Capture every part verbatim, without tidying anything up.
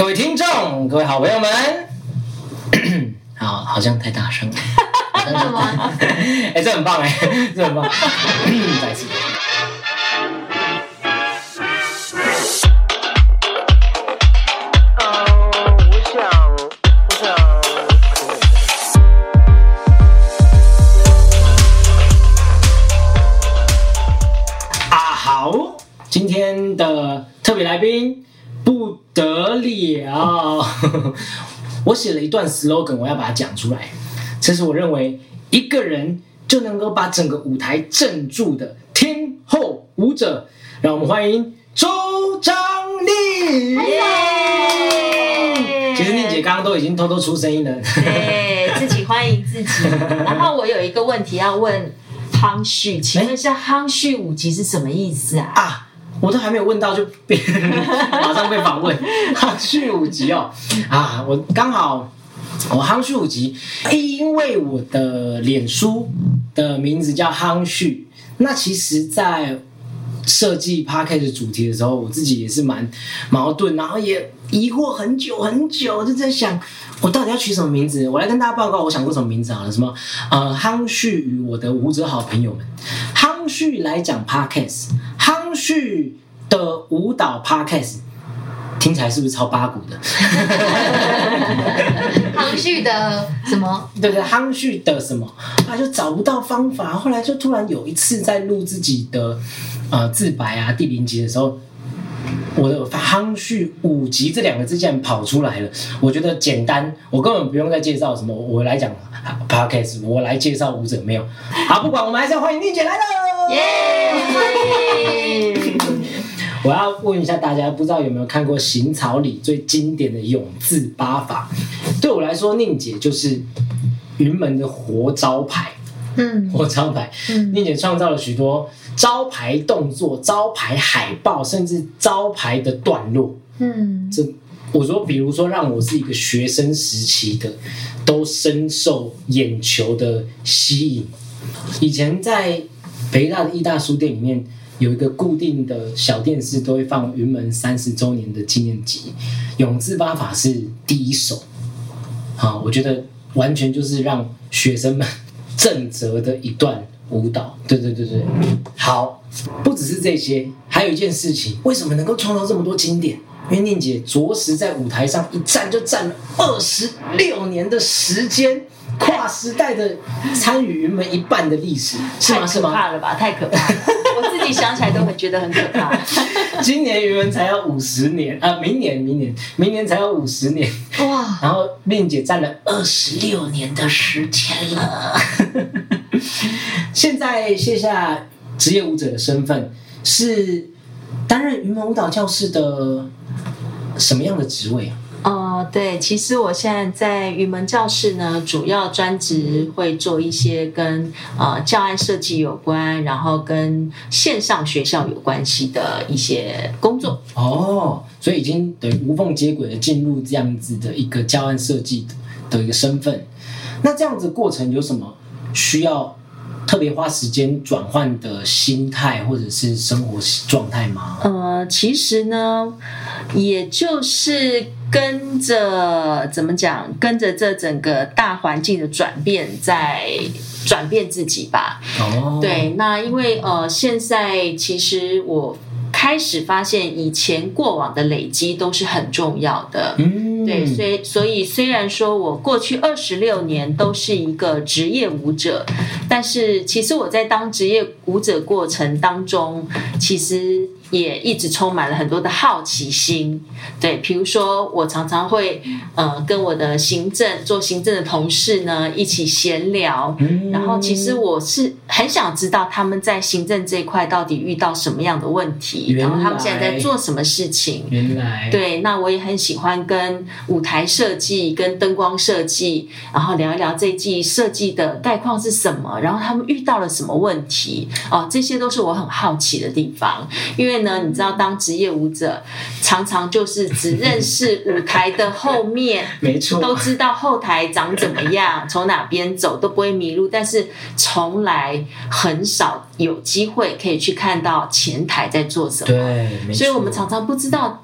各位听众，各位好朋友们，好，好像太大声了， 真的吗？ 哎、欸，这很棒哎、欸，这很棒，再一次。啊，好，今天的特别来宾。不得了！我写了一段 slogan， 我要把它讲出来。这是我认为一个人就能够把整个舞台镇住的天后舞者。让我们欢迎周张丽。其实丽姐刚刚都已经偷偷出声音了。 对，自己欢迎自己。然后我有一个问题要问夯旭，请问一下夯旭五级是什么意思啊？ 啊我都还没有问到就被马上被访问，夯旭五级哦啊！我刚好我夯旭五级，因为我的脸书的名字叫夯旭，那其实在设计 podcast 主题的时候，我自己也是蛮矛盾，然后也疑惑很久很久，就在想我到底要取什么名字。我来跟大家报告我想过什么名字好了，什么呃夯旭与我的舞者好朋友们，夯旭来讲 podcast， 夯旭的舞蹈 podcast， 听起来是不是超八股的？ 夯旭的什么？ 对对，夯旭的什么？啊，就找不到方法。后来就突然有一次在录自己的呃自白啊第零集的时候，我的夯旭五级这两个字竟然跑出来了。我觉得简单，我根本不用再介绍什么。我来讲 podcast， 我来介绍舞者没有。好，不管，我们还是要欢迎丽姐来了。 耶！ 我要问一下大家，不知道有没有看过行草里最经典的永字八法？对我来说，宁姐就是云门的活招牌。嗯，活招牌。嗯，宁姐创造了许多招牌动作、招牌海报，甚至招牌的段落。嗯，这我说，比如说，让我是一个学生时期的，都深受眼球的吸引。以前在北大的艺大书店里面。有一个固定的小电视都会放云门三十周年的纪念集，永字八法是第一首，好，我觉得完全就是让学生们正则的一段舞蹈，对对对对，好，不只是这些，还有一件事情，为什么能够创造这么多经典？因为宁姐着实在舞台上一站就站了二十六年的时间。跨时代的参与云门一半的历史，是吗？是吗？ 太可怕了吧！太可怕了，我自己想起来都很觉得很可怕。 今年云门才要五十年啊，明年明年明年才要五十年哇！然后令姐站了二十六年的时间了。现在卸下职业舞者的身份，是担任云门舞蹈教室的什么样的职位啊？ 呃，对，其实我现在在云门教室呢，主要专职会做一些跟呃教案设计有关，然后跟线上学校有关系的一些工作。 哦，所以已经等于无缝接轨的进入这样子的一个教案设计的一个身份。那这样子的过程有什么需要特别花时间转换的心态或者是生活状态吗？ 呃，其实呢，也就是跟着怎么讲，跟着这整个大环境的转变，在转变自己吧。哦，对，那因为呃，现在其实我开始发现，以前过往的累积都是很重要的。嗯。对，所以所以虽然说我过去二十六年都是一个职业舞者，但是其实我在当职业舞者过程当中，其实也一直充满了很多的好奇心。对，比如说我常常会呃跟我的行政做行政的同事呢一起闲聊，然后其实我是很想知道他们在行政这一块到底遇到什么样的问题，然后他们现在在做什么事情。 原来对，那我也很喜欢跟舞台设计跟灯光设计，然后聊一聊这一季设计的概况是什么，然后他们遇到了什么问题哦，这些都是我很好奇的地方。因为呢，你知道当职业舞者常常就是只认识舞台的后面， 没错， 都知道后台长怎么样，从哪边走都不会迷路，但是从来很少有机会可以去看到前台在做什么。 对，没错， 所以我们常常不知道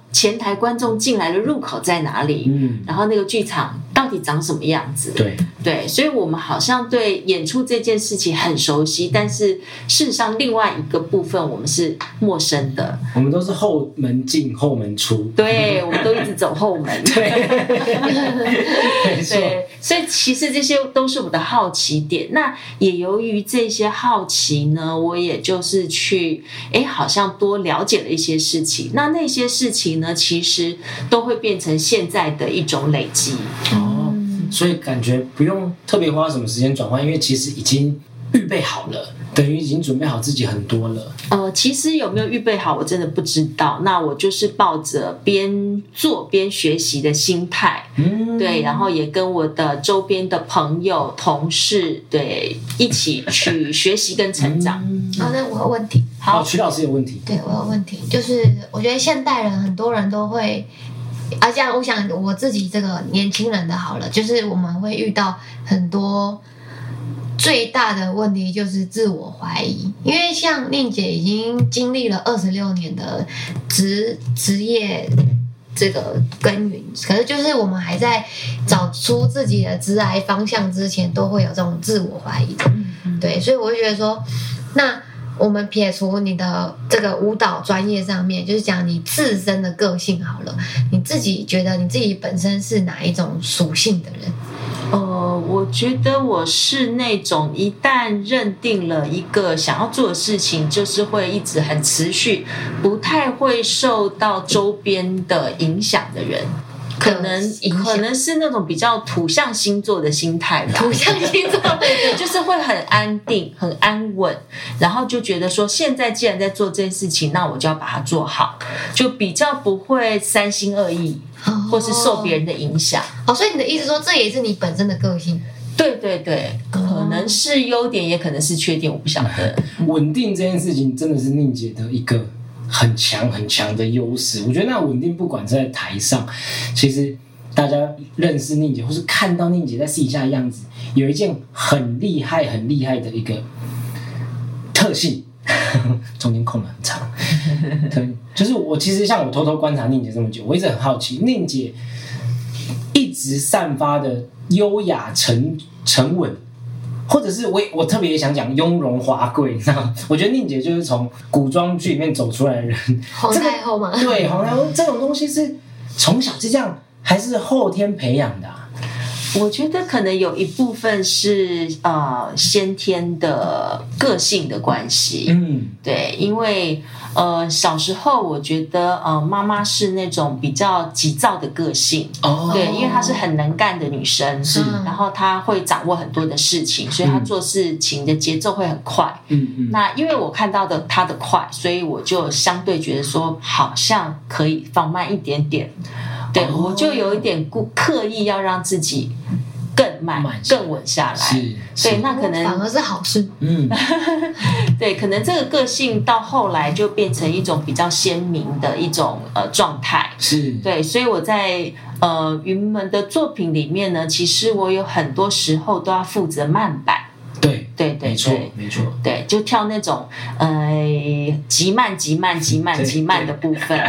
前台观众进来的入口在哪里？嗯，然后那个剧场到底长什么样子？ 对对，所以我们好像对演出这件事情很熟悉，但是事实上另外一个部分我们是陌生的。 我们都是后门进后门出， 对，我们都一直走后门。 对，没错。 对，所以其实这些都是我的好奇点。那也由于这些好奇呢，我也就是去，哎，好像多了解了一些事情。那那些事情呢，其实都会变成现在的一种累积。 哦，所以感觉不用特别花什么时间转换，因为其实已经预备好了，等于已经准备好自己很多了。 呃，其实有没有预备好，我真的不知道。那我就是抱着边做边学习的心态，嗯，对，然后也跟我的周边的朋友、同事，对，一起去学习跟成长。 嗯、好，那我有问题。 好，曲老师有问题。 对，我有问题，就是我觉得现代人很多人都会。而且我想我自己这个年轻人的好了，就是我们会遇到很多最大的问题就是自我怀疑，因为像宁姐已经经历了二十六年的职职业这个耕耘，可是就是我们还在找出自己的职涯方向之前，都会有这种自我怀疑的，对，所以我就觉得说，那。我们撇除你的这个舞蹈专业上面，就是讲你自身的个性好了，你自己觉得你自己本身是哪一种属性的人？ 呃，我觉得我是那种一旦认定了一个想要做的事情，就是会一直很持续，不太会受到周边的影响的人。可能可能是那种比较土象星座的心态吧， 土象星座对对，就是会很安定、很安稳，然后就觉得说，现在既然在做这件事情，那我就要把它做好，就比较不会三心二意，哦、或是受别人的影响。 哦，所以你的意思说，这也是你本身的个性？ 对对对，可能是优点，也可能是缺点，我不晓得。 稳定这件事情真的是宁姐的一个。很强很强的优势，我觉得那稳定，不管在台上，其实大家认识宁姐，或是看到宁姐在私底下的样子，有一件很厉害、很厉害的一个特性，中间空了很长。对，就是我其实像我偷偷观察宁姐这么久，我一直很好奇，宁姐一直散发的优雅、沉沉稳。或者是我我特别想讲雍容华贵，你知道吗？我觉得宁姐就是从古装剧里面走出来的人。 皇太后吗？ 这个、对，皇太后这种东西是从小就这样，还是后天培养的、啊？ 我觉得可能有一部分是呃先天的个性的关系。嗯，对，因为呃小时候我觉得呃妈妈是那种比较急躁的个性。哦，对，因为她是很能干的女生，是，然后她会掌握很多的事情，所以她做事情的节奏会很快。嗯嗯，那因为我看到的她的快，所以我就相对觉得说好像可以放慢一点点。对，哦、我就有一点刻意要让自己更慢、更稳下来。是，对，那可能反而是好事。嗯， 对，可能这个个性到后来就变成一种比较鲜明的一种呃状态。 是， 对，所以我在呃云门的作品里面呢，其实我有很多时候都要负责慢板。 对对对， 没错没错， 对，就跳那种呃极慢极慢极慢极慢的部分。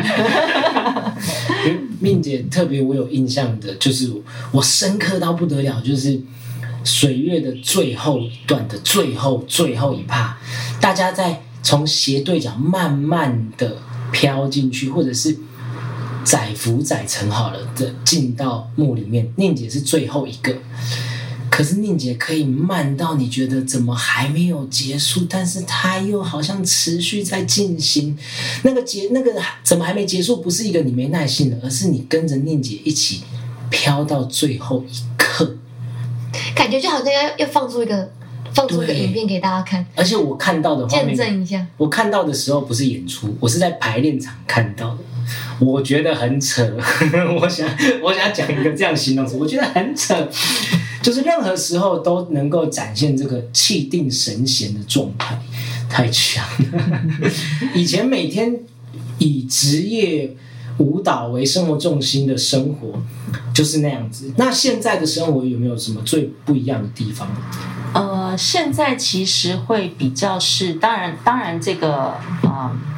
命姐特别我有印象的，就是我深刻到不得了，就是水月的最后一段的最后最后一趴，大家在从斜对角慢慢的飘进去，或者是载浮载沉好了的进到幕里面，宁姐是最后一个。可是宁姐可以慢到你觉得怎么还没有结束，但是她又好像持续在进行。那个结那个怎么还没结束，不是一个你没耐性的，而是你跟着宁姐一起飘到最后一刻， 感觉就好像要要放出一个放出一个影片给大家看。 而且我看到的画面， 见证一下。我看到的时候不是演出，我是在排练场看到的。我觉得很扯，我想我想讲一个这样形容词，我觉得很扯。就是任何时候都能够展现这个气定神闲的状态，太强了。以前每天以职业舞蹈为生活重心的生活就是那样子，那现在的生活有没有什么最不一样的地方？ 呃，现在其实会比较是，当然，当然这个呃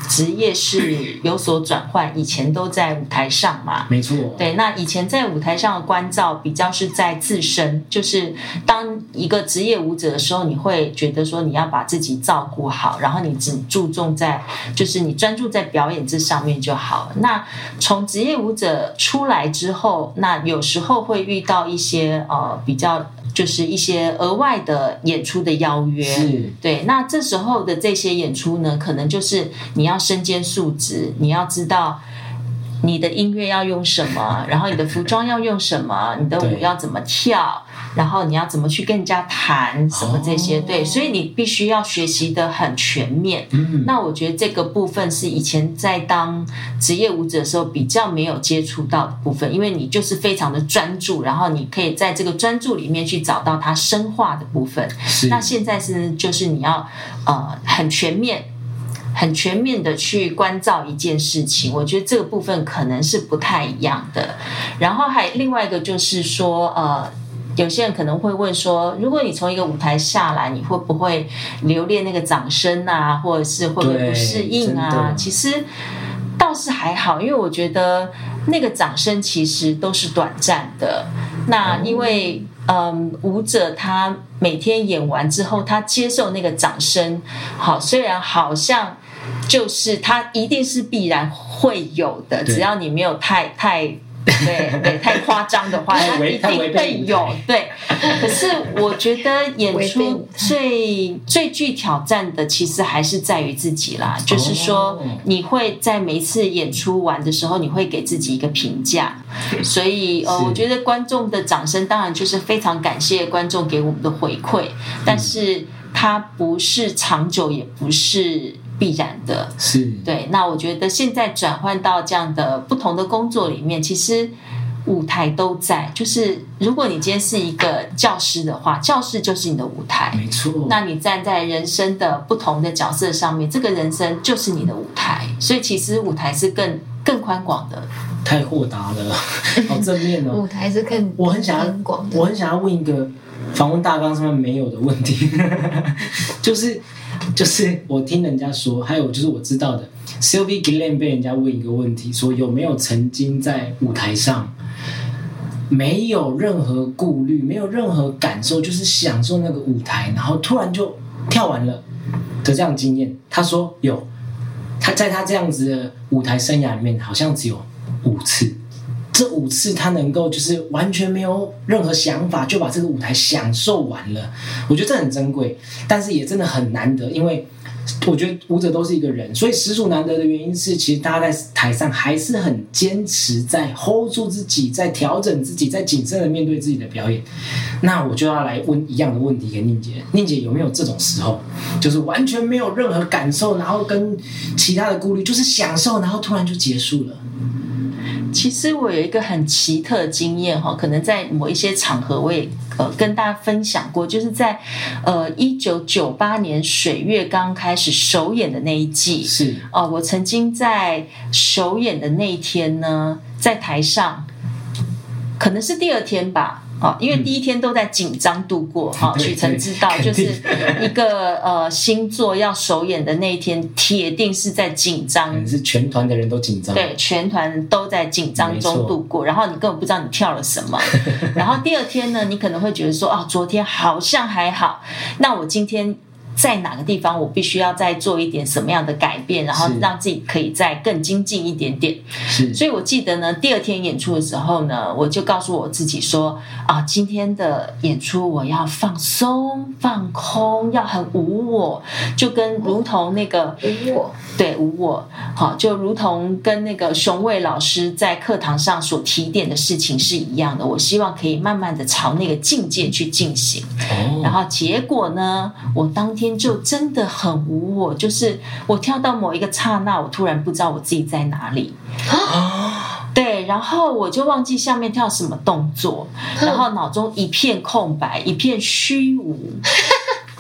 职业是有所转换，以前都在舞台上嘛， 没错。 对，那以前在舞台上的关照比较是在自身，就是当一个职业舞者的时候，你会觉得说你要把自己照顾好，然后你只注重在，就是你专注在表演这上面就好。那从职业舞者出来之后，那有时候会遇到一些呃比较。就是一些额外的演出的邀约， 是对。那这时候的这些演出呢，可能就是你要身兼数职，你要知道你的音乐要用什么，然后你的服装要用什么，你的舞要怎么跳，然后你要怎么去跟人家谈什么这些，哦、对，所以你必须要学习的很全面。嗯，那我觉得这个部分是以前在当职业舞者的时候比较没有接触到的部分，因为你就是非常的专注，然后你可以在这个专注里面去找到它深化的部分。那现在是就是你要呃很全面。很全面的去关照一件事情，我觉得这个部分可能是不太一样的。然后还另外一个就是说，呃，有些人可能会问说，如果你从一个舞台下来，你会不会留恋那个掌声啊，或者是会不会不适应啊？其实倒是还好，因为我觉得那个掌声其实都是短暂的。那因为嗯，舞者他每天演完之后，他接受那个掌声，好，虽然好像就是他一定是必然会有的，只要你没有太太。对对，太夸张的话，它一定会有。对，可是我觉得演出最最具挑战的，其实还是在于自己啦。就是说，你会在每一次演出完的时候，你会给自己一个评价。所以，呃，我觉得观众的掌声，当然就是非常感谢观众给我们的回馈，但是它不是长久，也不是。必然的是对，那我觉得现在转换到这样的不同的工作里面，其实舞台都在。就是如果你今天是一个教师的话，教室就是你的舞台， 没错。那你站在人生的不同的角色上面，这个人生就是你的舞台，所以其实舞台是更更宽广的。 太豁达了，好正面哦！ 舞台是更我很想要，我很想要问一个访问大纲上面没有的问题，就是。就是我听人家说，还有就是我知道的 Sylvie Gilliam 被人家问一个问题，说有没有曾经在舞台上没有任何顾虑，没有任何感受，就是享受那个舞台，然后突然就跳完了的这样经验。他说有，他在他这样子的舞台生涯里面，好像只有五次。这五次他能够就是完全没有任何想法就把这个舞台享受完了，我觉得这很珍贵，但是也真的很难得，因为我觉得舞者都是一个人，所以实属难得的原因是，其实大家在台上还是很坚持在 hold 住自己，在调整自己，在谨慎的面对自己的表演。那我就要来问一样的问题给宁姐，宁姐有没有这种时候，就是完全没有任何感受，然后跟其他的顾虑，就是享受，然后突然就结束了？ 其实我有一个很奇特的经验哈，可能在某一些场合我也呃跟大家分享过，就是在呃一九九八年水月刚开始首演的那一季， 是哦、呃，我曾经在首演的那一天呢，在台上，可能是第二天吧。哦，因为第一天都在紧张度过哈，许晨知道，就是一个呃星座要首演的那一天，铁定是在紧张， 是全团的人都紧张， 对，全团都在紧张中度过，然后你根本不知道你跳了什么，然后第二天呢，你可能会觉得说，哦，昨天好像还好，那我今天。在哪个地方我必须要再做一点什么样的改变，然后让自己可以再更精进一点点。 是， 所以我记得呢，第二天演出的时候呢，我就告诉我自己说啊，今天的演出我要放松、放空，要很无我，就跟如同那个无我， 对无我，好，就如同跟那个熊卫老师在课堂上所提点的事情是一样的。我希望可以慢慢的朝那个境界去进行。哦，然后结果呢，我当天。就真的很无我，就是我跳到某一个刹那，我突然不知道我自己在哪里。对，然后我就忘记下面跳什么动作，然后脑中一片空白，一片虚无。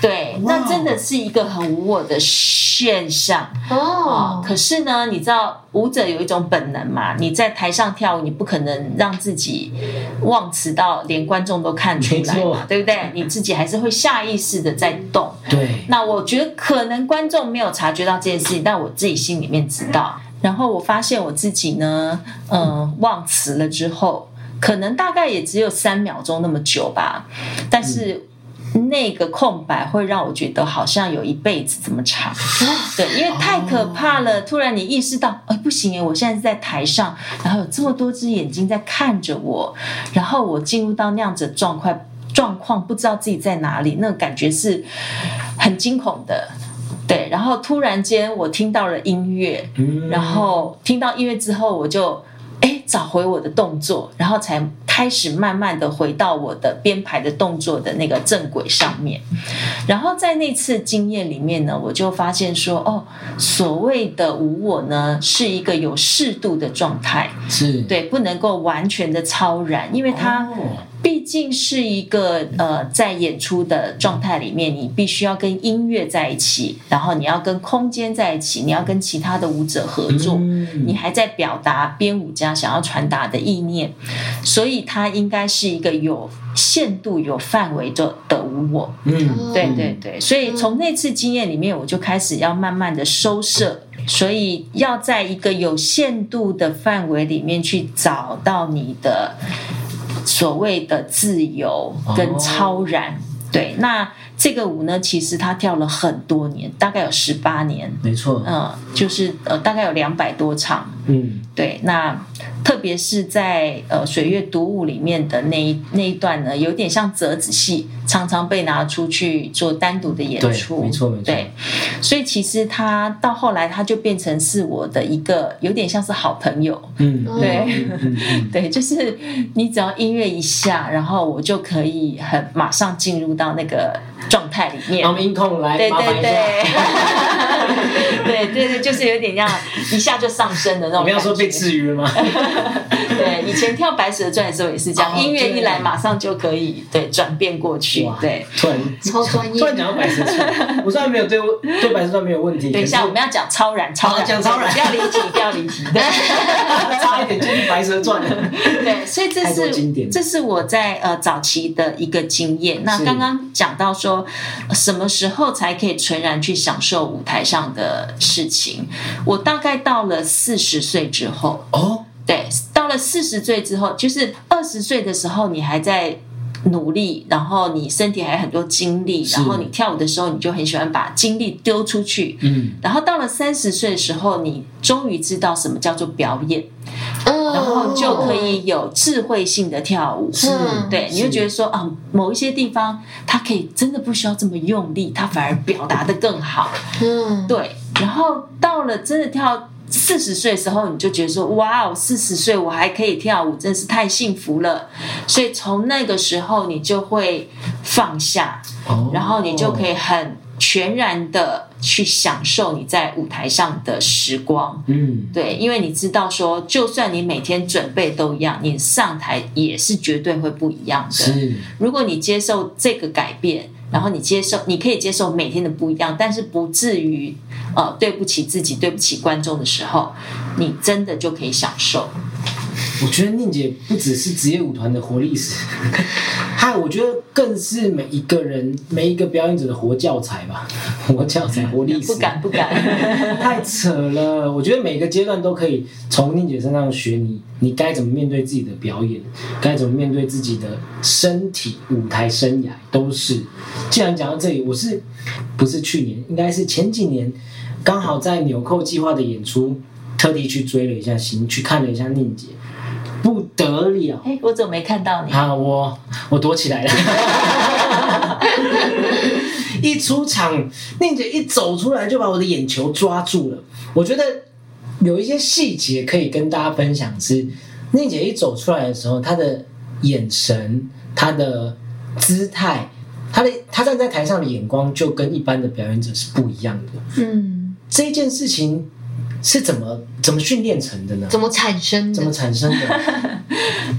对，那真的是一个很无我的现象哦、呃。可是呢，你知道舞者有一种本能嘛，你在台上跳舞，你不可能让自己忘词到连观众都看出来嘛，对不对？你自己还是会下意识的在动。 对， 那我觉得可能观众没有察觉到这件事情，但我自己心里面知道。然后我发现我自己呢，嗯、呃，忘词了之后，可能大概也只有三秒钟那么久吧，但是那个空白会让我觉得好像有一辈子这么长。对，因为太可怕了。突然你意识到，哎，不行哎，我现在是在台上，然后有这么多只眼睛在看着我，然后我进入到那样子的状况，状况不知道自己在哪里，那个感觉是很惊恐的。对，然后突然间我听到了音乐，然后听到音乐之后，我就哎找回我的动作，然后才开始慢慢的回到我的编排的动作的那个正轨上面。然后在那次经验里面呢，我就发现说，哦，所谓的无我呢，是一个有适度的状态， 是对，不能够完全的超然，因为它毕竟是一个呃，在演出的状态里面，你必须要跟音乐在一起，然后你要跟空间在一起，你要跟其他的舞者合作，嗯、你还在表达编舞家想要传达的意念，所以它应该是一个有限度、有范围的的无我。嗯，对对对，所以从那次经验里面，我就开始要慢慢的收摄。所以要在一个有限度的范围里面去找到你的所谓的自由跟超然。哦、对，那这个舞呢，其实他跳了很多年，大概有十八年， 没错， 嗯，就是呃，大概有两百多场，嗯，对，那特别是在呃水月独舞里面的那一那一段呢，有点像折子戏，常常被拿出去做单独的演出， 对，没错没错， 对，所以其实他到后来他就变成是我的一个有点像是好朋友，嗯，对，嗯嗯、对，就是你只要音乐一下，然后我就可以很马上进入到那个状态里面， 我们音控来， 对对对，对对对，就是有点像一下就上升的那种感觉。 我们要说被治愈了吗？ 对，以前跳《白蛇传》的时候也是这样，哦、音乐一来马上就可以对转变过去。对， 突然超专业。 突然讲到《白蛇传》，我虽然没有对对《白蛇传》没有问题。 等一下，我们要讲超然，超然， 讲超然， 不要离题，不要离题。 差一点进入《白蛇传》了。 对，所以这是这是我在呃早期的一个经验。那刚刚讲到说，什么时候才可以纯然去享受舞台上的事情？我大概到了四十岁之后。哦。对，到了四十岁之后，就是二十岁的时候，你还在努力，然后你身体还有很多精力，然后你跳舞的时候，你就很喜欢把精力丢出去。嗯，然后到了三十岁的时候，你终于知道什么叫做表演，哦、然后就可以有智慧性的跳舞。是，对，你就觉得说啊，某一些地方它可以真的不需要这么用力，它反而表达得更好。嗯，对，然后到了真的跳。四十岁的时候，你就觉得说，哇哦，四十岁我还可以跳舞，真是太幸福了。所以从那个时候，你就会放下，哦、然后你就可以很全然的去享受你在舞台上的时光。嗯，对，因为你知道说，就算你每天准备都一样，你上台也是绝对会不一样的。是，如果你接受这个改变。然后你接受，你可以接受每天的不一样，但是不至于呃对不起自己、对不起观众的时候，你真的就可以享受。 我觉得宁姐不只是职业舞团的活历史，还我觉得更是每一个人、每一个表演者的活教材吧，活教材、活历史。 不敢不敢， 太扯了！我觉得每个阶段都可以从宁姐身上学你，你该怎么面对自己的表演，该怎么面对自己的身体、舞台生涯，都是。既然讲到这里，我是不是去年，应该是前几年，刚好在纽扣计划的演出，特地去追了一下星，去看了一下宁姐。不得了！ 哎，我怎么没看到你啊？我我躲起来了。一出场，宁姐一走出来就把我的眼球抓住了。我觉得有一些细节可以跟大家分享是，宁姐一走出来的时候，她的眼神、她的姿态、她的她站在台上的眼光，就跟一般的表演者是不一样的。嗯，这件事情。是怎么怎么训练成的呢？ 怎么产生的？ 怎么产生的？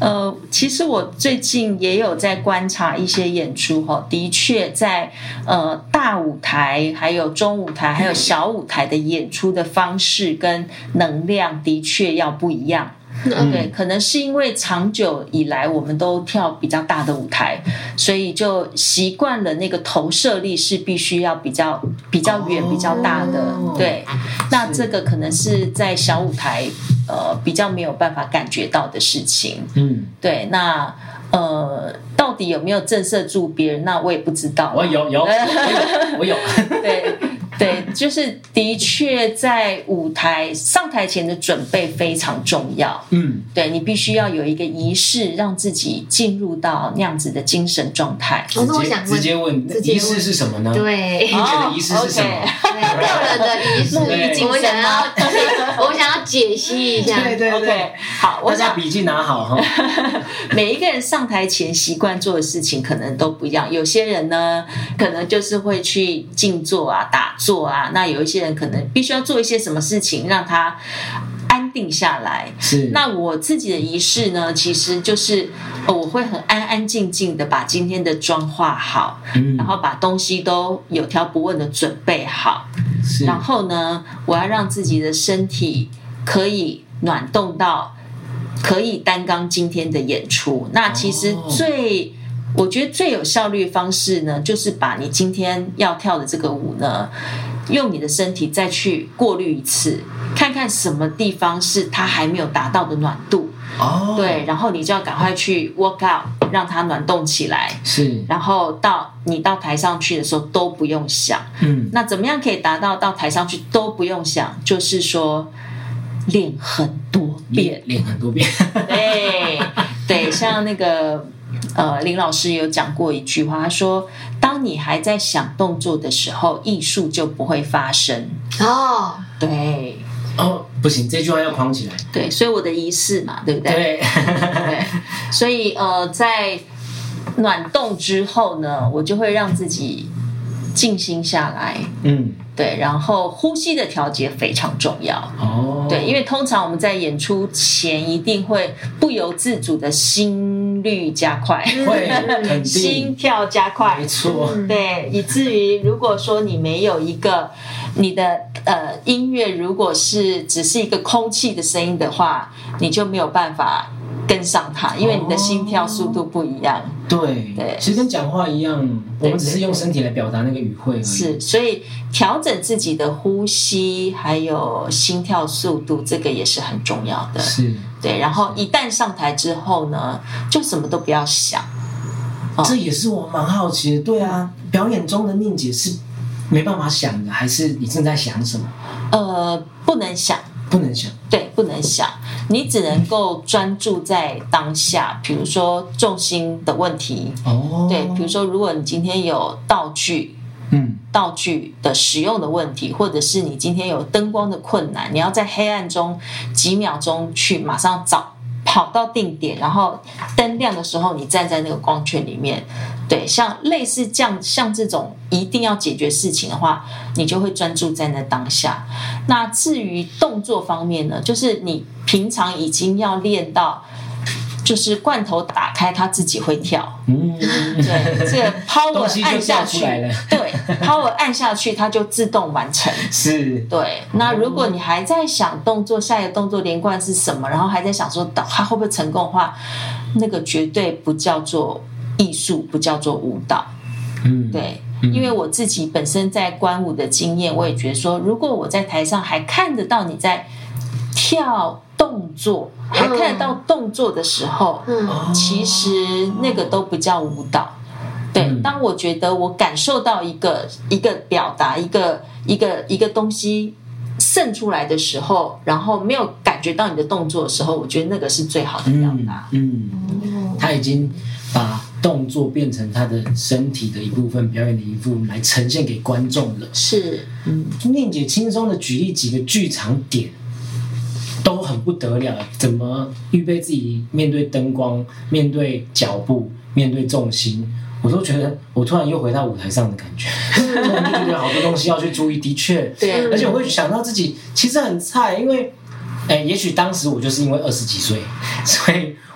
呃，其实我最近也有在观察一些演出哈，的确在呃大舞台、还有中舞台、还有小舞台的演出的方式跟能量的确要不一样。嗯、对，可能是因为长久以来我们都跳比较大的舞台，所以就习惯了那个投射力是必须要比较比较远、比较大的。哦、对，那这个可能是在小舞台呃比较没有办法感觉到的事情。嗯，对，那呃到底有没有震慑住别人？那我也不知道。 我有有我有我有。 对。对，就是的确在舞台上台前的准备非常重要。嗯，对，你必须要有一个仪式，让自己进入到那样子的精神状态。 直接直接问，仪式是什么呢？ 对， 你觉得仪式是什么？ 个人的仪式，我想要，我想要解析一下。 对对对， okay, 好， 大家笔记拿好哈。 每一个人上台前习惯做的事情可能都不一样，有些人呢，可能就是会去静坐啊、打坐。做啊，那有一些人可能必须要做一些什么事情让他安定下来。是，那我自己的仪式呢，其实就是我会很安安静静的把今天的妆化好，嗯、然后把东西都有条不紊的准备好。是，然后呢，我要让自己的身体可以暖动到可以担纲今天的演出。那其实最、哦我觉得最有效率的方式呢，就是把你今天要跳的这个舞呢，用你的身体再去过滤一次，看看什么地方是它还没有达到的暖度。哦，对，然后你就要赶快去 work out， 让它暖动起来。是，然后到你到台上去的时候都不用想。嗯，那怎么样可以达到到台上去都不用想？就是说练很多遍， 练很多遍。 对对，像那个。呃，林老师有讲过一句话，他说：“当你还在想动作的时候，艺术就不会发生。”哦，对， 哦，不行，这句话要框起来。 对，所以我的仪式嘛，对不对？ 对， 对，所以呃，在暖动之后呢，我就会让自己静心下来。嗯。对，然后呼吸的调节非常重要。哦，对，因为通常我们在演出前一定会不由自主的心率加快， 会肯定心跳加快， 没错。 对，以至于如果说你没有一个你的呃音乐，如果是只是一个空气的声音的话，你就没有办法跟上它，因为你的心跳速度不一样。 对对，其实跟讲话一样，我们只是用身体来表达那个语汇而已。 是，所以调整自己的呼吸还有心跳速度，这个也是很重要的。是，对。然后一旦上台之后呢，就什么都不要想。 哦、这也是我蛮好奇的。对啊，表演中的宁姐是没办法想的，还是你正在想什么？ 呃，不能想。 不能想， 对，不能想，你只能够专注在当下。比如说重心的问题，哦，对，比如说如果你今天有道具，嗯，道具的使用的问题，或者是你今天有灯光的困难，你要在黑暗中几秒钟去马上找跑到定点，然后灯亮的时候，你站在那个光圈里面。对，像类似这样，像这种一定要解决事情的话，你就会专注在那当下。那至于动作方面呢，就是你平常已经要练到，就是罐头打开它自己会跳。嗯，对，这个 power 按下去，对 ，power 按下去它就自动完成。 是， 对。那如果你还在想动作，下一个动作连贯是什么，然后还在想说它会不会成功的话，那个绝对不叫做艺术，不叫做舞蹈。嗯，对，因为我自己本身在观舞的经验，我也觉得说，如果我在台上还看得到你在跳动作，还看得到动作的时候，嗯，其实那个都不叫舞蹈。对，当我觉得我感受到一个一个表达，一个一个一个东西渗出来的时候，然后没有感觉到你的动作的时候，我觉得那个是最好的表达。嗯， 嗯，他已经把动作变成他的身体的一部分，表演的一部分来呈现给观众了。 是，嗯， 宁姐轻松的举例几个剧场点，都很不得了。怎么预备自己面对灯光、面对脚步、面对重心，我都觉得我突然又回到舞台上的感觉。突然就觉得好多东西要去注意，的确，对，而且我会想到自己其实很菜，因为，哎，也许当时我就是因为二十几岁，所以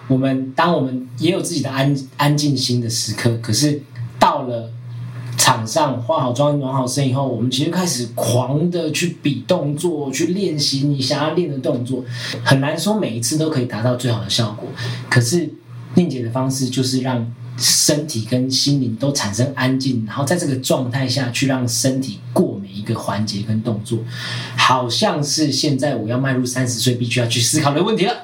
我们当我们也有自己的安安静心的时刻，可是到了场上化好妆、暖好身以后，我们其实开始狂的去比动作，去练习你想要练的动作。很难说每一次都可以达到最好的效果，可是宁姐的方式就是让身体跟心灵都产生安静，然后在这个状态下去让身体过每一个环节跟动作，好像是现在我要迈入三十岁必须要去思考的问题了。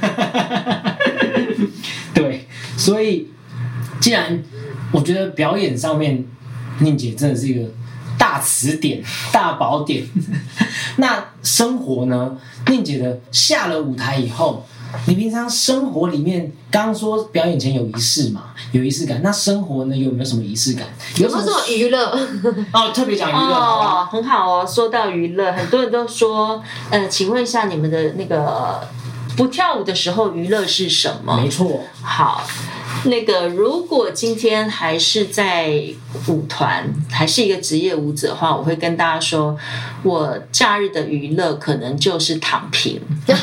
对，所以既然我觉得表演上面宁姐真的是一个大词典、大宝典。那生活呢？宁姐的下了舞台以后，你平常生活里面，刚刚说表演前有仪式嘛，有仪式感。那生活呢，有没有什么仪式感？ 有没有什么娱乐？ 哦，特别讲娱乐哦，很好哦。说到娱乐，很多人都说，呃，请问一下你们的那个不跳舞的时候娱乐是什么？ 没错。 好。那个，如果今天还是在舞团，还是一个职业舞者的话，我会跟大家说，我假日的娱乐可能就是躺平，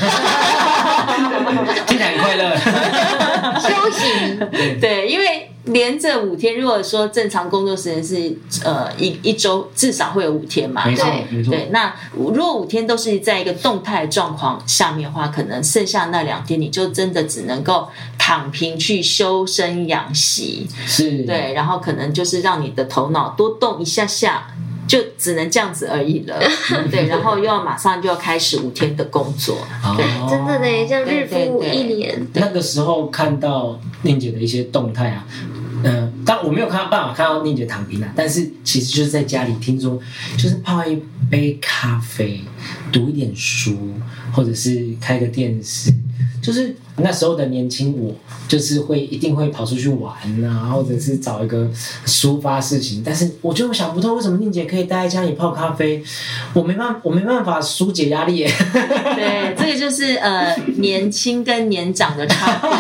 听起来很快乐， 休息。 对，因为连着五天，如果说正常工作时间是呃一一周至少会有五天嘛， 没错没错。 对，那如果五天都是在一个动态状况下面的话，可能剩下那两天你就真的只能够躺平去修身养息， 是， 对，然后可能就是让你的头脑多动一下下。就只能这样子而已了，对，然后又要马上就要开始五天的工作，对， 哦、真的呢，像日复一年。 那个时候看到宁姐的一些动态啊，嗯、呃，但我没有看到办法看到宁姐躺平啊，但是其实就是在家里听说，就是泡一杯咖啡，读一点书，或者是开个电视，就是那时候的年轻我，就是会一定会跑出去玩啊，或者是找一个抒发事情。但是我就想不透，为什么宁姐可以待在家里泡咖啡，我没办法，我没办法疏解压力耶。 对，这个就是呃年轻跟年长的差别。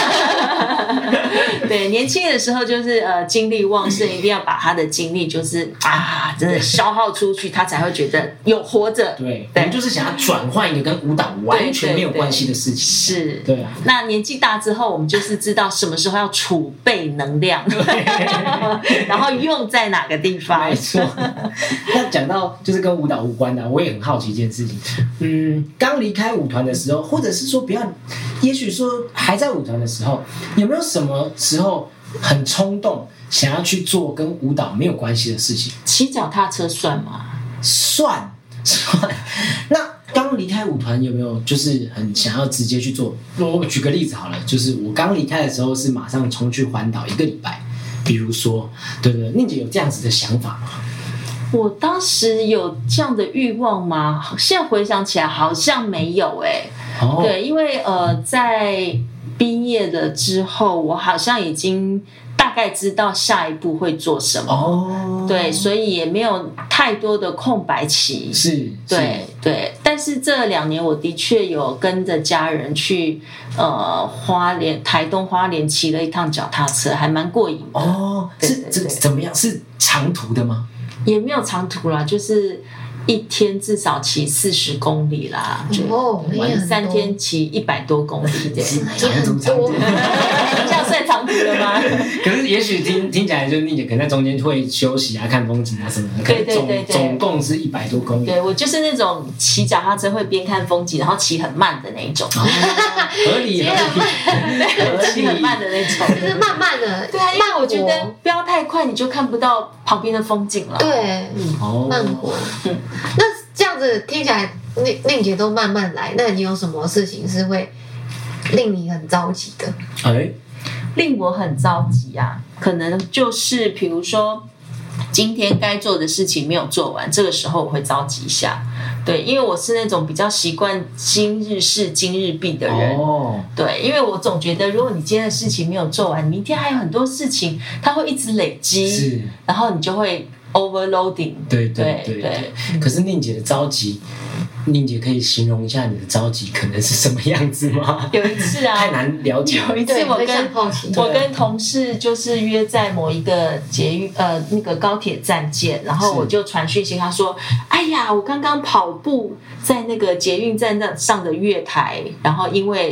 对，年轻的时候就是呃精力旺盛，一定要把他的精力就是啊真的消耗出去，他才会觉得有活着。 对，我们就是想要转换一个跟舞蹈完全没有关系的事情。 是， 对啊。 那年纪大之后，我们就是知道什么时候要储备能量，然后用在哪个地方。 没错。那讲到就是跟舞蹈无关的，我也很好奇一件事情。嗯，刚离开舞团的时候，或者是说不要，也许说还在舞团的时候，有没有什么时候很冲动想要去做跟舞蹈没有关系的事情？ 骑脚踏车算吗？ 算算。那刚离开舞团有没有就是很想要直接去做？我举个例子好了，就是我刚离开的时候是马上冲去环岛一个礼拜，比如说，对不对？宁姐有这样子的想法吗？ 我当时有这样的欲望吗？现在回想起来好像没有哎、欸哦。对，因为呃，在毕业了之后，我好像已经大概知道下一步会做什么。哦，对，所以也没有太多的空白期。 是， 对对。但是这两年，我的确有跟着家人去呃花莲、台东花莲骑了一趟脚踏车，还蛮过瘾的。 哦，是这怎么样？是长途的吗？ 也没有长途啦，就是一天至少骑四十公里啦， 哦， 玩三天骑一百多公里，对， 长途长途， 这样算长途了吗？ 可是也许听听起来就是宁姐可能在中间会休息啊、看风景啊什么的， 对对对对， 总共是一百多公里。 对，我就是那种骑脚踏车会边看风景，然后骑很慢的那一种， 哦、合理合理， 骑很慢的那种， 就是慢慢的， 对啊，因为我觉得不要太快，你就看不到旁边的风景了。 对，嗯，慢活，嗯。那这样子听起来，宁宁姐都慢慢来。那你有什么事情是会令你很着急的？ 哎， 令我很着急啊，可能就是比如说今天该做的事情没有做完，这个时候我会着急一下。对，因为我是那种比较习惯今日事今日毕的人。哦，对，因为我总觉得，如果你今天的事情没有做完，明天还有很多事情，它会一直累积，是，然后你就会 overloading。 对对 对 对, 对。可是宁姐的着急，宁姐可以形容一下你的着急可能是什么样子吗？ 有一次啊， 太难了解。 有一次我跟我跟同事就是约在某一个捷运呃那个高铁站见，然后我就传讯息他说：“哎呀，我刚刚跑步在那个捷运站上的月台，然后因为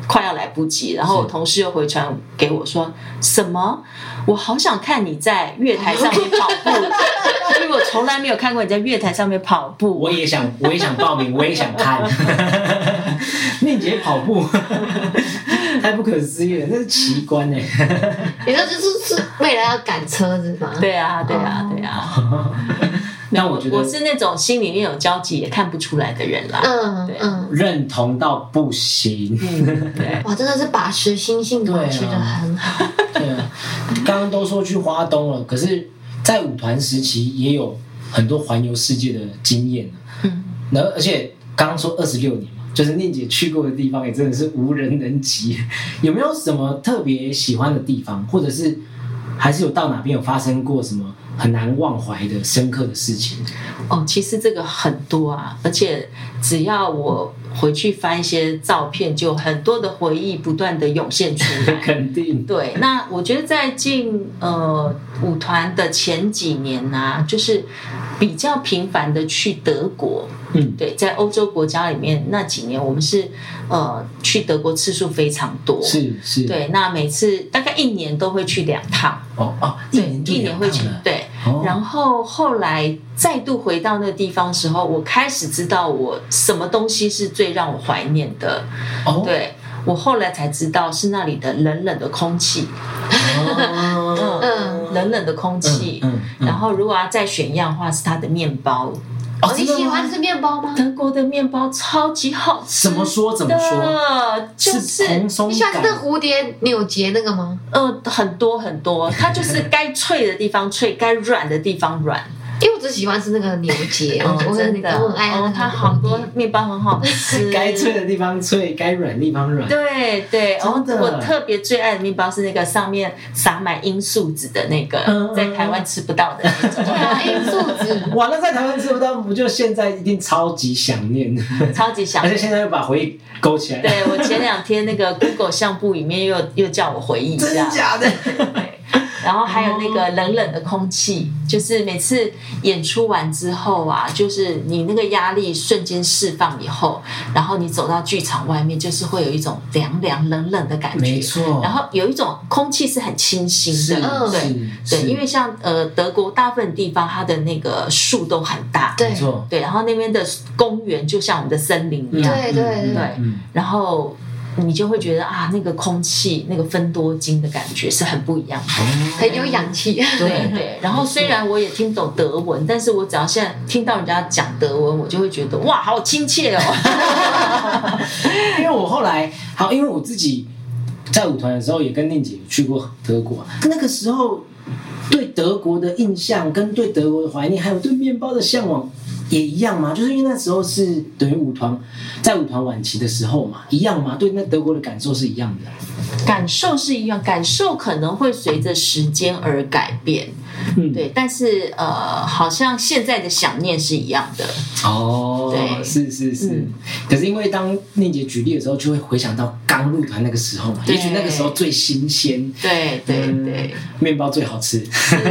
快要来不及，然后我同事又回传给我说什么，我好想看你在月台上面跑步，因为我从来没有看过你在月台上面跑步。 我也想，我也想报名，我也想看。宁姐跑步，太不可思议了，那是奇观哎。 你说就是是为了要赶车子吗？ 对啊，对啊，对啊。 那我觉得我是那种心里面有交集也看不出来的人啦。 嗯对嗯， 认同到不行。 嗯，对。 哇，真的是把持心性保持得很好。 对啊，刚刚都说去花东了，可是，在舞团时期也有很多环游世界的经验。嗯，然后而且刚刚说二十六年嘛，就是宁姐去过的地方也真的是无人能及。有没有什么特别喜欢的地方，或者是还是有到哪边有发生过什么很难忘怀的深刻的事情？ 哦，其实这个很多啊，而且只要我回去翻一些照片，就很多的回忆不断的涌现出来。 肯定。 对，那我觉得在进呃舞团的前几年啊，就是比较频繁的去德国。嗯，对，在欧洲国家里面那几年，我们是呃去德国次数非常多。 是是。 对，那每次大概一年都会去两趟。 哦哦，一年一年会去。对、哦，然后后来再度回到那个地方的时候，我开始知道我什么东西是最让我怀念的。哦，对。我后来才知道是那里的冷冷的空气，哦、嗯，冷冷的空气。嗯嗯嗯、然后如果要再选一样的话，是它的面包。 哦，你喜欢吃面包吗？ 德国的面包超级好吃。 怎么说？怎么说？ 就是你喜欢吃那蝴蝶扭结那个吗？ 呃，很多很多，它就是该脆的地方脆，该软的地方软。 因为我只喜欢吃那个牛结，哦、我真的我很爱哦，它好多面包很好吃， 该脆的地方脆，该软的地方软。 对对，然后我特别最爱的面包是那个上面撒满罂粟籽的那个，嗯、在台湾吃不到的那种。 对啊，罂粟籽。 哇，那在台湾吃不到，不就现在一定超级想念， 超级想念， 而且现在又把回忆勾起来。 对，我前两天那个 Google 相簿里面又又叫我回忆一下， 真的假的？ 然后还有那个冷冷的空气，就是每次演出完之后啊，就是你那个压力瞬间释放以后，然后你走到剧场外面，就是会有一种凉凉冷冷的感觉， 没错。 然后有一种空气是很清新的，对对，因为像呃德国大部分地方，它的那个树都很大， 没错， 对，然后那边的公园就像我们的森林一样， 对对对对， 然后。你就会觉得啊，那个空气，那个芬多精的感觉是很不一样的， 很有氧气。 对对。然后虽然我也听不懂德文，但是我只要现在听到人家讲德文，我就会觉得哇，好亲切哦。 因为我后来好，因为我自己在舞团的时候也跟宁姐去过德国，那个时候对德国的印象跟对德国的怀念，还有对面包的向往。也一样吗？就是因为那时候是等于舞团在舞团晚期的时候嘛，一样吗？对，那德国的感受是一样的， 感受是一样，感受可能会随着时间而改变，嗯，对，但是呃，好像现在的想念是一样的哦， 对， 是是是、嗯。可是因为当宁姐举例的时候，就会回想到刚入团那个时候嘛，也许那个时候最新鲜， 对对对、嗯， 面包最好吃。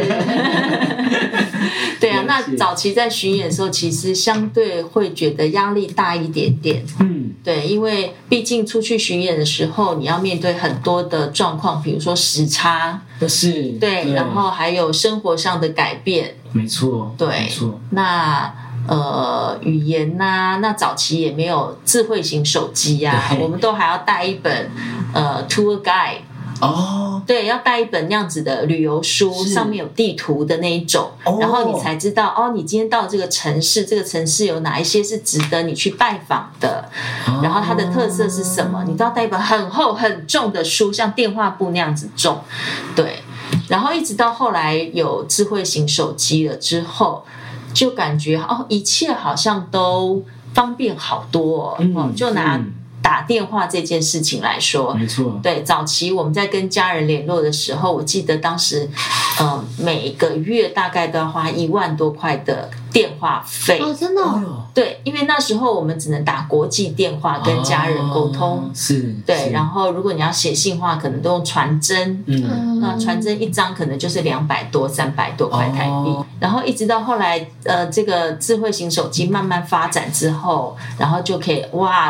对啊，那早期在巡演的时候，其实相对会觉得压力大一点点。嗯，对，因为毕竟出去巡演的时候，你要面对很多的状况，比如说时差， 是， 对，然后还有生活上的改变。 没错， 对， 没错。 那呃，语言呐、啊，那早期也没有智慧型手机呀、啊，我们都还要带一本呃 tour guide。 哦， 对，要带一本那样子的旅游书，上面有地图的那一种，哦、然后你才知道哦，你今天到这个城市，这个城市有哪一些是值得你去拜访的，哦、然后它的特色是什么？你都要带一本很厚很重的书，像电话簿那样子重，对。然后一直到后来有智慧型手机了之后，就感觉哦，一切好像都方便好多、哦，嗯，就拿。嗯打电话这件事情来说， 没错， 对，早期我们在跟家人联络的时候，我记得当时，呃，每个月大概都要花一万多块的电话费哦，真的、哦， 对，因为那时候我们只能打国际电话跟家人沟通， 哦、是， 对，然后如果你要写信话，可能都用传真，嗯，那传真一张可能就是两百多、三百多块台币，哦、然后一直到后来，呃，这个智慧型手机慢慢发展之后，然后就可以哇。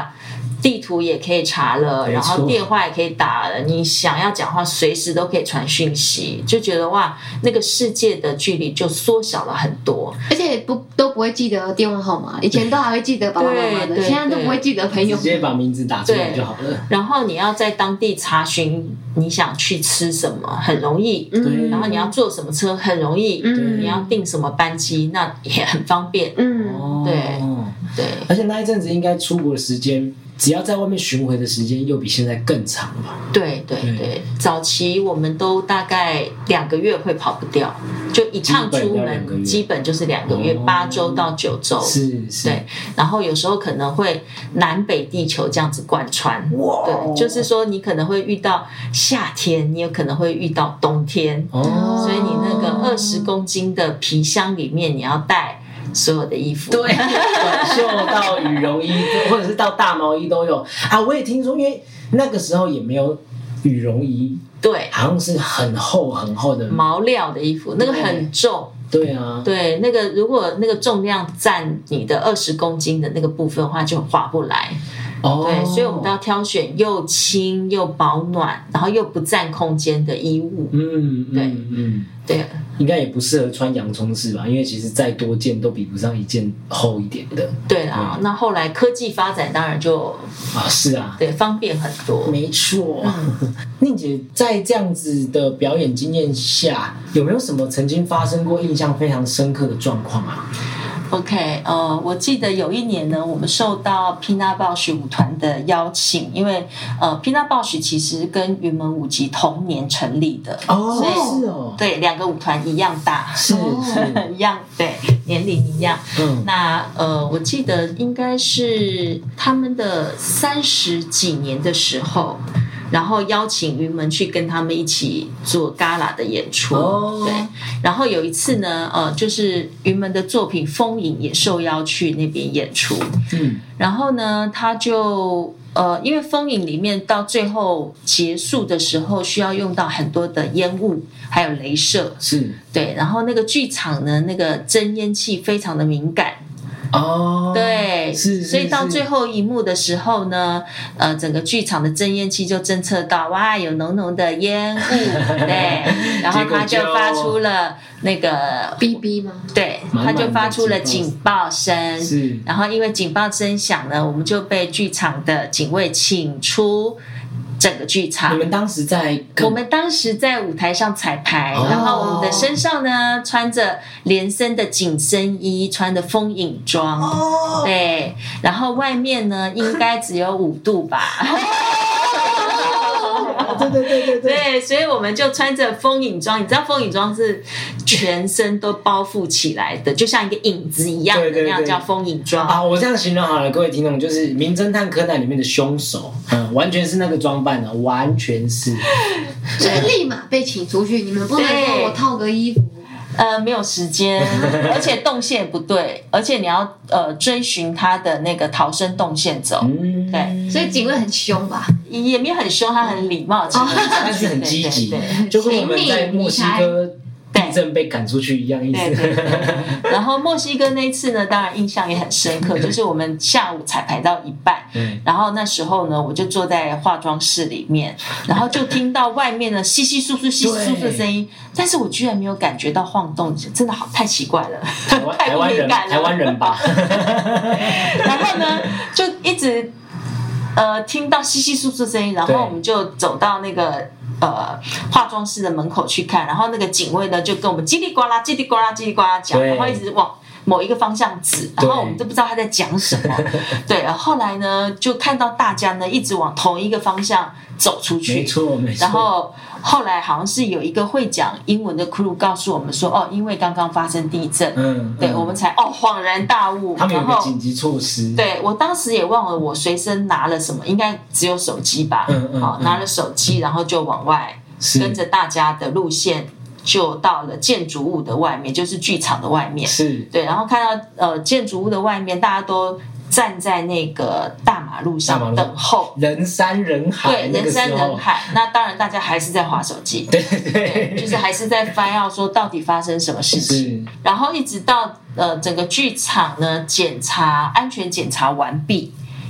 地图也可以查了，然后电话也可以打了，你想要讲话随时都可以传讯息，就觉得哇，那个世界的距离就缩小了很多， 而且不都不会记得电话号码，以前都还会记得爸爸妈妈的，现在都不会记得朋友， 直接把名字打出来就好了。 然后你要在当地查询你想去吃什么很容易，嗯，然后你要坐什么车很容易，嗯，你要订什么班机那也很方便，嗯，对对， 而且那一阵子应该出国的时间。只要在外面巡回的时间又比现在更长吧？ 对对 对, 对，早期我们都大概两个月会跑不掉，就一趟出门基本就是两个月，八、哦、周到九周， 是是， 对。然后有时候可能会南北地球这样子贯穿，哇，对，就是说你可能会遇到夏天，你有可能会遇到冬天，哦，所以你那个二十公斤的皮箱里面你要带。所有的衣服， 对，短袖到羽绒衣，或者是到大毛衣都有啊。我也听说，因为那个时候也没有羽绒衣， 对， 好像是很厚很厚的毛料的衣服，那个很重。 对啊， 对，那个如果那个重量占你的二十公斤的那个部分的话，就划不来。哦，对，所以我们都要挑选又轻又保暖，然后又不占空间的衣物。嗯，对，嗯，对， 应该也不适合穿洋葱式吧？因为其实再多件都比不上一件厚一点的。 对啊，嗯、那后来科技发展，当然就啊，是啊， 对，方便很多。 没错。嗯、宁姐在这样子的表演经验下，有没有什么曾经发生过印象非常深刻的状况啊 ？OK， 呃，我记得有一年呢，我们受到 Pina Bausch 舞团的邀请，因为呃 Pina Bausch 其实跟云门舞集同年成立的， 哦，所以是哦， 对，两个舞团一样大， 是是一样，对，年龄一样。嗯，那呃，我记得应该是他们的三十几年的时候。然后邀请云门去跟他们一起做 Gala 的演出，哦、对。然后有一次呢，呃，就是云门的作品《风影》也受邀去那边演出，嗯。然后呢，他就呃，因为《风影》里面到最后结束的时候，需要用到很多的烟雾，还有雷射， 是对。然后那个剧场呢，那个侦烟器非常的敏感。 哦， 对， 是，是， 所以到最后一幕的时候呢，呃，整个剧场的侦烟器就侦测到，哇，有浓浓的烟雾，对，然后他就发出了那个 B B 吗？ 对，他就发出了警报声， 是， 然后因为警报声响呢，我们就被剧场的警卫请出。整个剧场， 你们当时在？ 我们当时在舞台上彩排，哦、然后我们的身上呢穿着连身的紧身衣，穿的风影装，哦、对，然后外面呢应该只有五度吧。 对对对对对， 对，所以我们就穿着风影装，你知道风影装是全身都包覆起来的，就像一个影子一样的，那样叫风影装啊。我这样形容好了，各位听众，就是《名侦探柯南》里面的凶手，嗯，完全是那个装扮的，完全是， 所以立马被请出去。你们不能说我套个衣服。 呃，没有时间，而且动线不对，而且你要呃追寻他的那个逃生动线走，嗯、对， 所以警卫很凶吧？ 也没有很凶，他很礼貌，其实、哦、 但是很积极，就跟我们在墨西哥地震被赶出去一样意思。 对对对。然后墨西哥那一次呢，当然印象也很深刻，就是我们下午彩排到一半，然后那时候呢，我就坐在化妆室里面，然后就听到外面的稀稀疏疏、稀稀疏疏的声音，但是我居然没有感觉到晃动，真的好太奇怪了， 台湾人，台湾人吧。 然后呢，就一直呃听到稀稀疏疏的声音，然后我们就走到那个。呃，化妆室的门口去看，然后那个警卫呢就跟我们叽里呱啦、叽里呱啦、叽里呱啦讲，然后一直往某一个方向指，然后我们都不知道他在讲什么。对，后来呢就看到大家呢一直往同一个方向走出去， 没错没错。 然后后来好像是有一个会讲英文的 crew 告诉我们说，哦，因为刚刚发生地震，嗯，对，嗯、我们才哦恍然大悟。 他们有个紧急措施。 对，我当时也忘了我随身拿了什么，应该只有手机吧。嗯嗯。好，拿了手机，然后就往外跟着大家的路线。就到了建筑物的外面，就是剧场的外面。 是对，然后看到呃建筑物的外面，大家都站在那个大马路上等候， 人山人海。 对，人山人海。那当然，大家还是在滑手机。 对 对, 对， 就是还是在翻要说到底发生什么事情。然后一直到呃整个剧场呢检查安全检查完毕。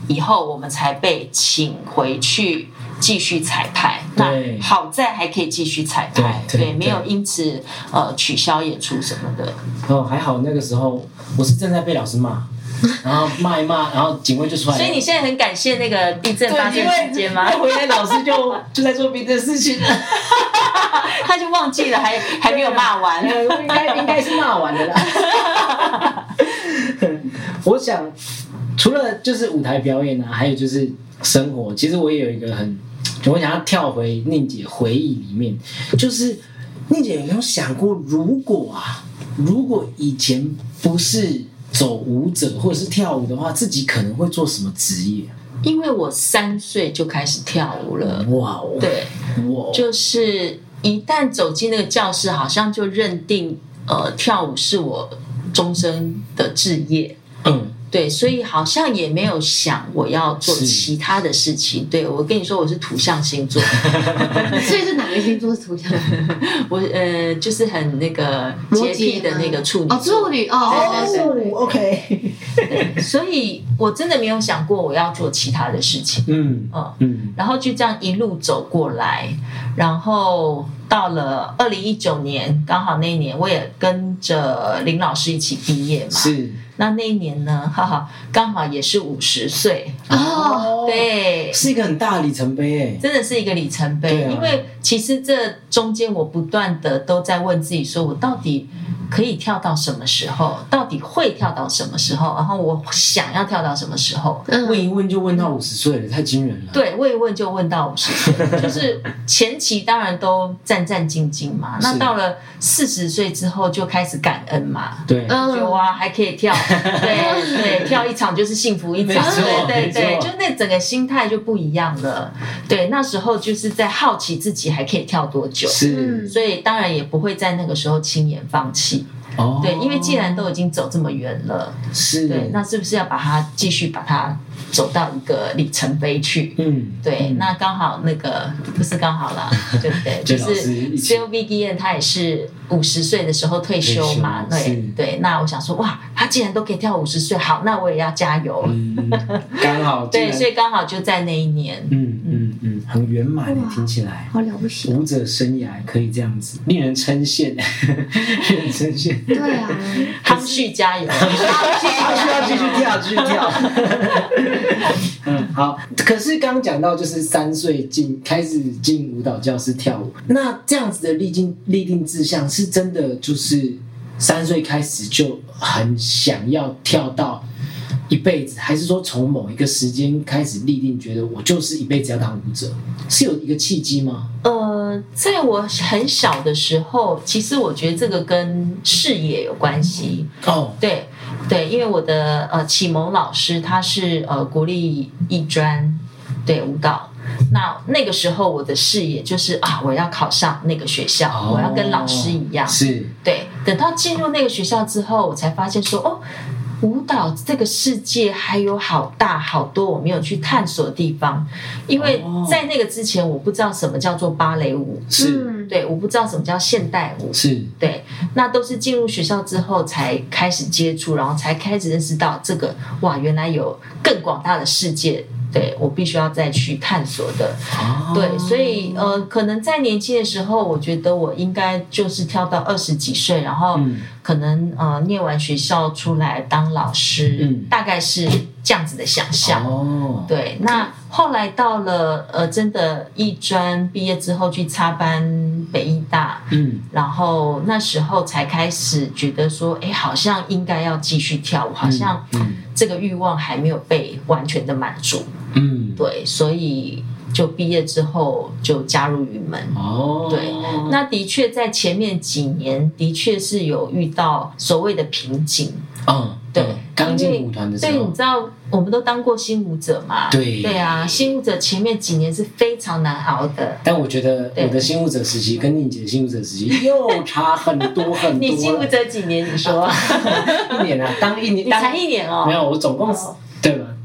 以后，我们才被请回去继续彩排。那好在还可以继续彩排，对，对对没有因此呃取消演出什么的。 哦，还好那个时候我是正在被老师骂。然后骂一骂，然后警卫就出来了。 所以你现在很感谢那个地震发生时间吗？ 回来老师就就在做别的事情了， 他就忘记了，还还没有骂完， 应该应该是骂完的啦。我想除了就是舞台表演啊，还有就是生活，其实我也有一个很，我想要跳回宁姐回忆里面，就是宁姐有没有想过，如果啊，如果以前不是走舞者或者是跳舞的话，自己可能会做什么职业？ 因为我三岁就开始跳舞了。 哇哦！ 对，哇，就是一旦走进那个教室，好像就认定呃跳舞是我终身的志业。嗯。对，所以好像也没有想我要做其他的事情。对，我跟你说，我是土象星座， 所以是哪个星座是土象？ 我呃，就是很那个洁癖的那个处女座。 哦，处女哦， 对对对 ，OK。 对，所以我真的没有想过我要做其他的事情。嗯嗯嗯，然后就这样一路走过来，然后到了二零一九年，刚好那一年我也跟着林老师一起毕业嘛。 是。 那那一年呢，哈哈，刚好也是五十岁哦，对， 是一个很大的里程碑哎， 真的是一个里程碑。啊、因为其实这中间我不断的都在问自己，说我到底可以跳到什么时候？到底会跳到什么时候？然后我想要跳到什么时候？ 嗯、问一问就问到五十岁了，太惊人了。 对，问一问就问到五十岁，就是前期当然都战战兢兢嘛。那到了四十岁之后就开始感恩嘛。 对， 就哇还可以跳。对对，跳一场就是幸福一场，对对对，就那整个心态就不一样了。对，那时候就是在好奇自己还可以跳多久， 是， 所以当然也不会在那个时候轻言放弃。哦，对，因为既然都已经走这么远了， 是， 对，那是不是要把它继续把它走到一个里程碑去？嗯，对，嗯、那刚好那个不是刚好啦，对不对？就是 C O V D N 他也是五十岁的时候退休嘛，对对。那我想说，哇，他既然都可以跳五十岁，好，那我也要加油。 嗯，刚好对，所以刚好就在那一年， 嗯嗯嗯，很圆满，听起来好了不起， 舞者生涯可以这样子，令人称羡，令人称羡。 对啊， 康旭加油！ 康旭要继续跳，继续跳。嗯，好。可是刚刚讲到，就是三岁进开始进舞蹈教室跳舞，那这样子的立定立定志向，是真的就是三岁开始就很想要跳到一辈子，还是说从某一个时间开始立定，觉得我就是一辈子要当舞者，是有一个契机吗？ 呃，在我很小的时候，其实我觉得这个跟视野有关系。哦，对对，因为我的呃启蒙老师他是呃国立艺专对舞蹈。那那个时候我的视野就是啊，我要考上那个学校，哦、我要跟老师一样。 是， 对。等到进入那个学校之后，我才发现说，哦，舞蹈这个世界还有好大好多我没有去探索的地方。因为在那个之前，我不知道什么叫做芭蕾舞， 是， 对，我不知道什么叫现代舞， 是， 对。那都是进入学校之后才开始接触，然后才开始认识到这个哇，原来有更广大的世界。对，我必须要再去探索的。哦、对，所以呃，可能在年轻的时候，我觉得我应该就是跳到二十几岁，然后可能呃念完学校出来当老师，嗯、大概是这样子的想象。哦，对，那后来到了呃真的艺专毕业之后去插班北艺大，嗯，然后那时候才开始觉得说，哎，好像应该要继续跳舞，好像这个欲望还没有被完全的满足。嗯，对，所以就毕业之后就加入云门。哦，对，那的确在前面几年的确是有遇到所谓的瓶颈。嗯，对， 刚进舞团的时候， 对，你知道我们都当过新舞者嘛？ 对， 对啊，新舞者前面几年是非常难熬的。 但我觉得我的新舞者时期跟宁姐的新舞者时期又差很多很多。 你新舞者几年？你说一年啊，当一年， 你才一年哦？ 没有，我总共对吧？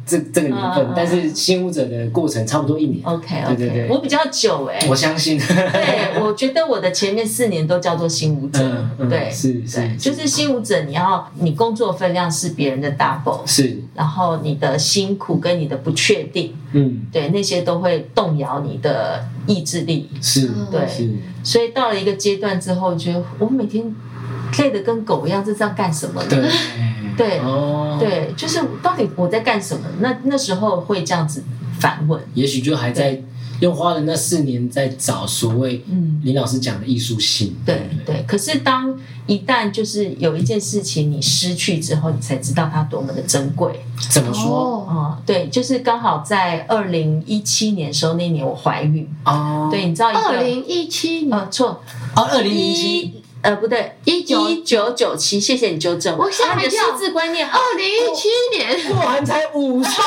这这个年份，嗯、但是新舞者的过程差不多一年。 OK OK，对对对，我比较久哎、欸， 我相信。 对，我觉得我的前面四年都叫做新舞者，嗯嗯、对， 是是， 就是新舞者，你要你工作分量是别人的 double， 是， 然后你的辛苦跟你的不确定，嗯，对，那些都会动摇你的意志力， 是， 对， 是， 所以到了一个阶段之后，觉得我每天累得跟狗一样，这是要干什么呢？ 对。 对、 哦、 对，就是到底我在干什么？那那时候会这样子反问， 也许就还在用花了那四年在找所谓林老师讲的艺术性。 嗯、对 对, 对。可是当一旦就是有一件事情你失去之后，你才知道它多么的珍贵。 怎么说？ 哦、对，就是刚好在二零一七年的时候，那年我怀孕。哦，对，你知道二零一七年？ 呃，错， 哦，二零零七。 呃，不对，一九一九九七，谢谢你纠正我。 我吓一跳， 数字观念好。 二零一七年， 我还才五岁，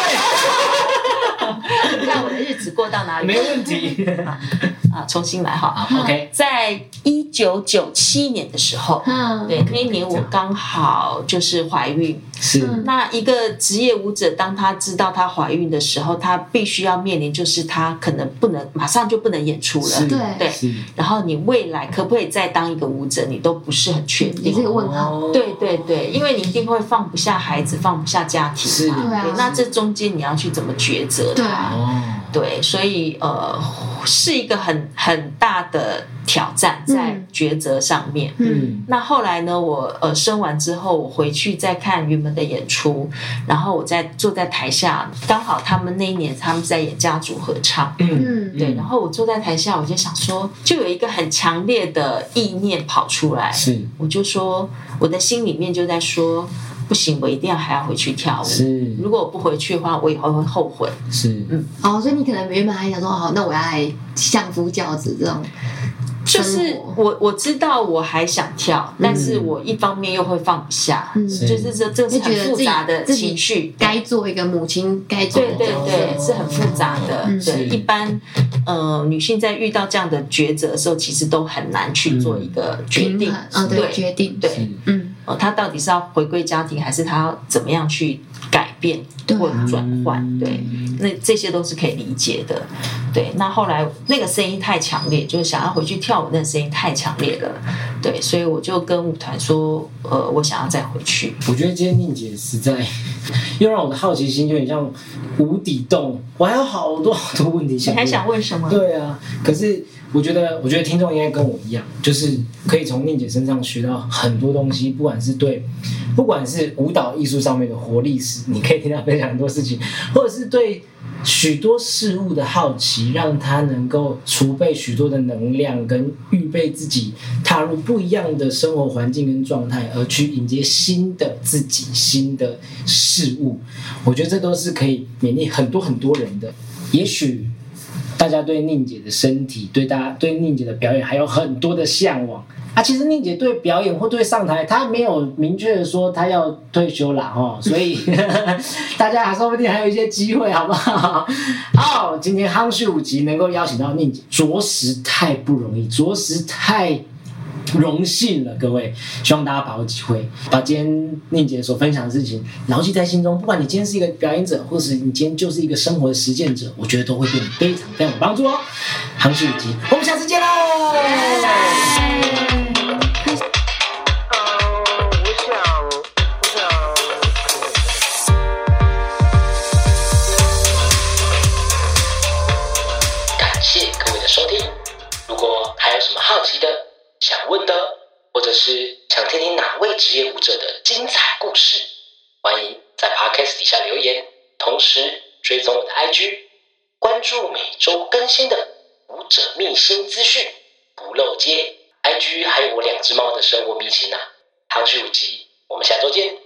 你看我的日子过到哪里？ 没问题啊，重新来哈。 OK， 在一九九七年的时候，嗯，对，那一年我刚好就是怀孕。 是， 那一个职业舞者，当她知道她怀孕的时候，她必须要面临，就是她可能不能马上就不能演出了， 对对。然后你未来可不可以再当一个舞者，你都不是很确定， 你这个问号。 对对对，因为你一定会放不下孩子，放不下家庭嘛， 对啊。 那这中间你要去怎么抉择它？对，所以呃，是一个很很大的挑战在抉择上面。嗯，那后来呢，我呃生完之后，我回去再看云门的演出，然后我在坐在台下，刚好他们那一年他们在演家族合唱。嗯，对，然后我坐在台下，我就想说，就有一个很强烈的意念跑出来， 是， 我就说，我的心里面就在说。不行，我一定要还要回去跳舞。 是， 如果我不回去的话，我以后会后悔。 是， 嗯， 哦，所以你可能原本还想说，好，那我要来相夫教子这种。 就是我我知道我还想跳，但是我一方面又会放不下，嗯、就是这这是很复杂的情绪。 该做一个母亲该做的对对对，是很复杂的。嗯、对，一般呃女性在遇到这样的抉择的时候，其实都很难去做一个决定。 嗯，对，决定对，嗯。哦，他到底是要回归家庭，还是他要怎么样去改变或转换？对，那这些都是可以理解的。对，那后来那个声音太强烈，就是想要回去跳舞，那个声音太强烈了。对，所以我就跟舞团说，呃，我想要再回去。 我觉得今天宁姐实在又让我的好奇心有点像无底洞，我还有好多好多问题想问。 你还想问什么？ 对啊，可是我觉得，我觉得听众应该跟我一样，就是可以从宁姐身上学到很多东西，不管是对，不管是舞蹈艺术上面的活历史，你可以听她分享很多事情，或者是对许多事物的好奇，让她能够储备许多的能量，跟预备自己踏入不一样的生活环境跟状态，而去迎接新的自己、新的事物。我觉得这都是可以勉励很多很多人的。也许大家对宁姐的身体，对大家对宁姐的表演还有很多的向往啊。其实宁姐对表演或对上台，她没有明确的说她要退休啦齁，所以大家还说不定还有一些机会，好不好？哦，今天夯序五集能够邀请到宁姐，着实太不容易，着实太荣幸了，各位，希望大家把握机会，把今天宁姐所分享的事情牢记在心中。不管你今天是一个表演者，或是你今天就是一个生活的实践者，我觉得都会对你非常非常有帮助哦。夯序五集，我们下次见喽！感谢各位的收听，如果还有什么好奇的、想问的，或者是想听听哪位职业舞者的精彩故事，欢迎在 Podcast 底下留言，同时追踪我的 I G， 关注每周更新的舞者秘辛资讯，不漏接。I G 还有我两只猫的生活秘辛啊！夯序五集，我们下周见。